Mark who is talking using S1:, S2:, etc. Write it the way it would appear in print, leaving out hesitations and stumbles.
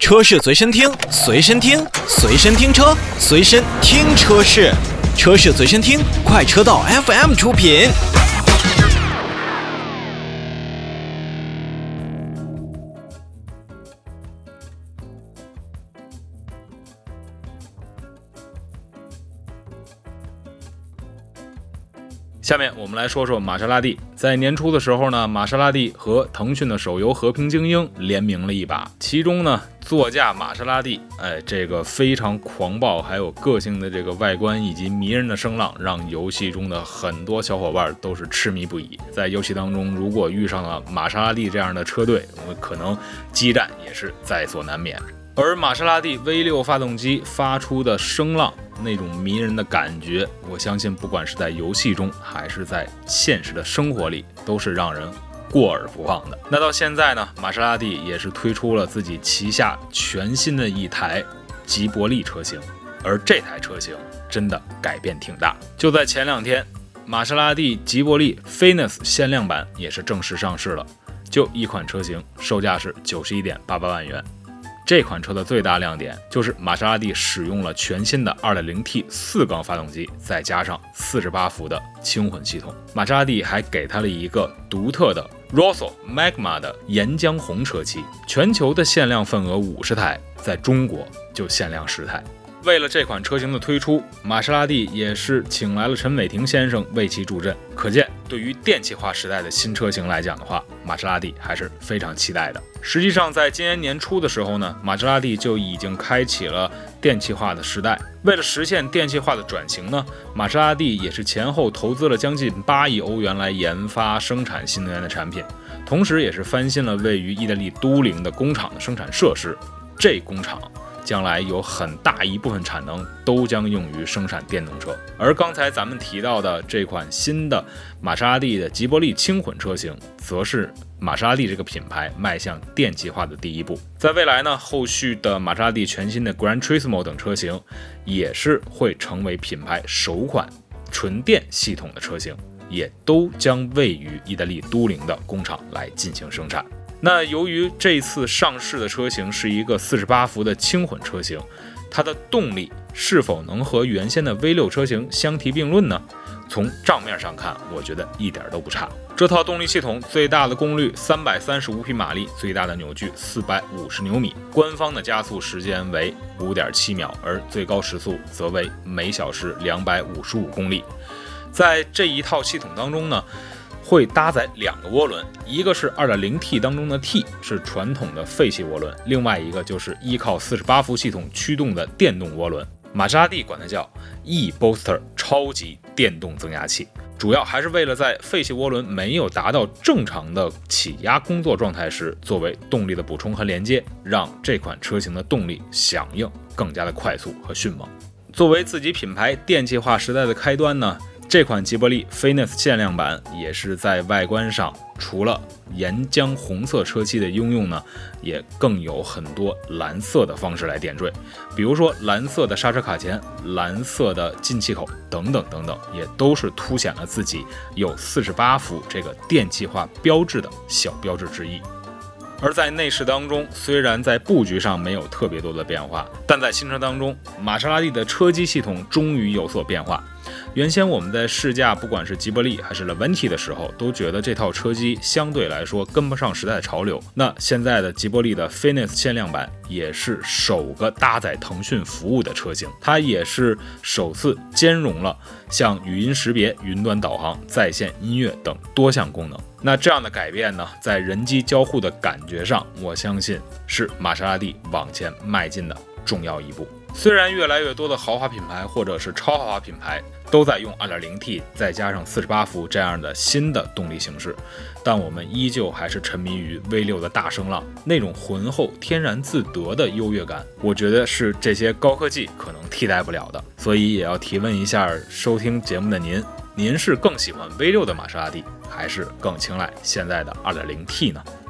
S1: 车市随身听，随身听，随身听车，随身听车市，车市随身听，快车道 FM 出品。
S2: 下面我们来说说玛莎拉蒂。在年初的时候呢，玛莎拉蒂和腾讯的手游《和平精英》联名了一把，其中呢，座驾玛莎拉蒂，这个非常狂暴还有个性的这个外观以及迷人的声浪，让游戏中的很多小伙伴都是痴迷不已。在游戏当中，如果遇上了玛莎拉蒂这样的车队，我们可能激战也是在所难免。而玛莎拉蒂 V6 发动机发出的声浪，那种迷人的感觉，我相信不管是在游戏中还是在现实的生活里，都是让人过耳不忘的。那到现在呢，玛莎拉蒂也是推出了自己旗下全新的一台吉伯利车型，而这台车型真的改变挺大。就在前2天，玛莎拉蒂吉伯利 Finesse 限量版也是正式上市了，就一款车型，售价是91.88万元。这款车的最大亮点就是玛莎拉蒂使用了全新的 2.0T 4缸发动机，再加上48伏的轻混系统。玛莎拉蒂还给它了一个独特的 Rosso Magma 的岩浆红车漆，全球的限量份额50台，在中国就限量10台。为了这款车型的推出，玛莎拉蒂也是请来了陈伟霆先生为其助阵，可见对于电气化时代的新车型来讲的话，玛莎拉蒂还是非常期待的。实际上在今年年初的时候呢，玛莎拉蒂就已经开启了电气化的时代。为了实现电气化的转型呢，玛莎拉蒂也是前后投资了将近8亿欧元来研发生产新能源的产品，同时也是翻新了位于意大利都灵的工厂的生产设施。这工厂将来有很大一部分产能都将用于生产电动车。而刚才咱们提到的这款新的玛莎拉蒂的吉伯利轻混车型，则是玛莎拉蒂这个品牌迈向电气化的第一步。在未来呢，后续的玛莎拉蒂全新的 Gran Turismo 等车型也是会成为品牌首款纯电系统的车型，也都将位于意大利都灵的工厂来进行生产。那由于这次上市的车型是一个48伏的轻混车型，它的动力是否能和原先的 V6 车型相提并论呢？从账面上看，我觉得一点都不差。这套动力系统最大的功率335匹马力，最大的扭矩450牛米，官方的加速时间为 5.7 秒，而最高时速则为每小时255公里。在这一套系统当中呢，会搭载2个涡轮，一个是 2.0T 当中的 T， 是传统的废气涡轮，另外一个就是依靠48伏系统驱动的电动涡轮。玛莎拉蒂管它叫 E-Booster 超级电动增压器，主要还是为了在废气涡轮没有达到正常的起压工作状态时，作为动力的补充和连接，让这款车型的动力响应更加的快速和迅猛。作为自己品牌电气化时代的开端呢，这款吉伯利 Finesse 限量版也是在外观上除了岩浆红色车漆的应用呢，也更有很多蓝色的方式来点缀，比如说蓝色的刹车卡钳、蓝色的进气口等等等等，也都是凸显了自己有48伏这个电气化标志的小标志之一。而在内饰当中，虽然在布局上没有特别多的变化，但在新车当中，玛莎拉蒂的车机系统终于有所变化。原先我们在试驾不管是吉伯利还是 Levante 的时候，都觉得这套车机相对来说跟不上时代的潮流。那现在的吉伯利的 Finesse 限量版也是首个搭载腾讯服务的车型，它也是首次兼容了像语音识别、云端导航、在线音乐等多项功能。那这样的改变呢，在人机交互的感觉上，我相信是玛莎拉蒂往前迈进的重要一步。虽然越来越多的豪华品牌或者是超豪华品牌都在用 2.0T 再加上48伏这样的新的动力形式，但我们依旧还是沉迷于 V6 的大声浪，那种浑厚天然自得的优越感，我觉得是这些高科技可能替代不了的。所以也要提问一下收听节目的您是更喜欢 V6 的玛莎拉蒂，还是更青睐现在的 2.0T 呢？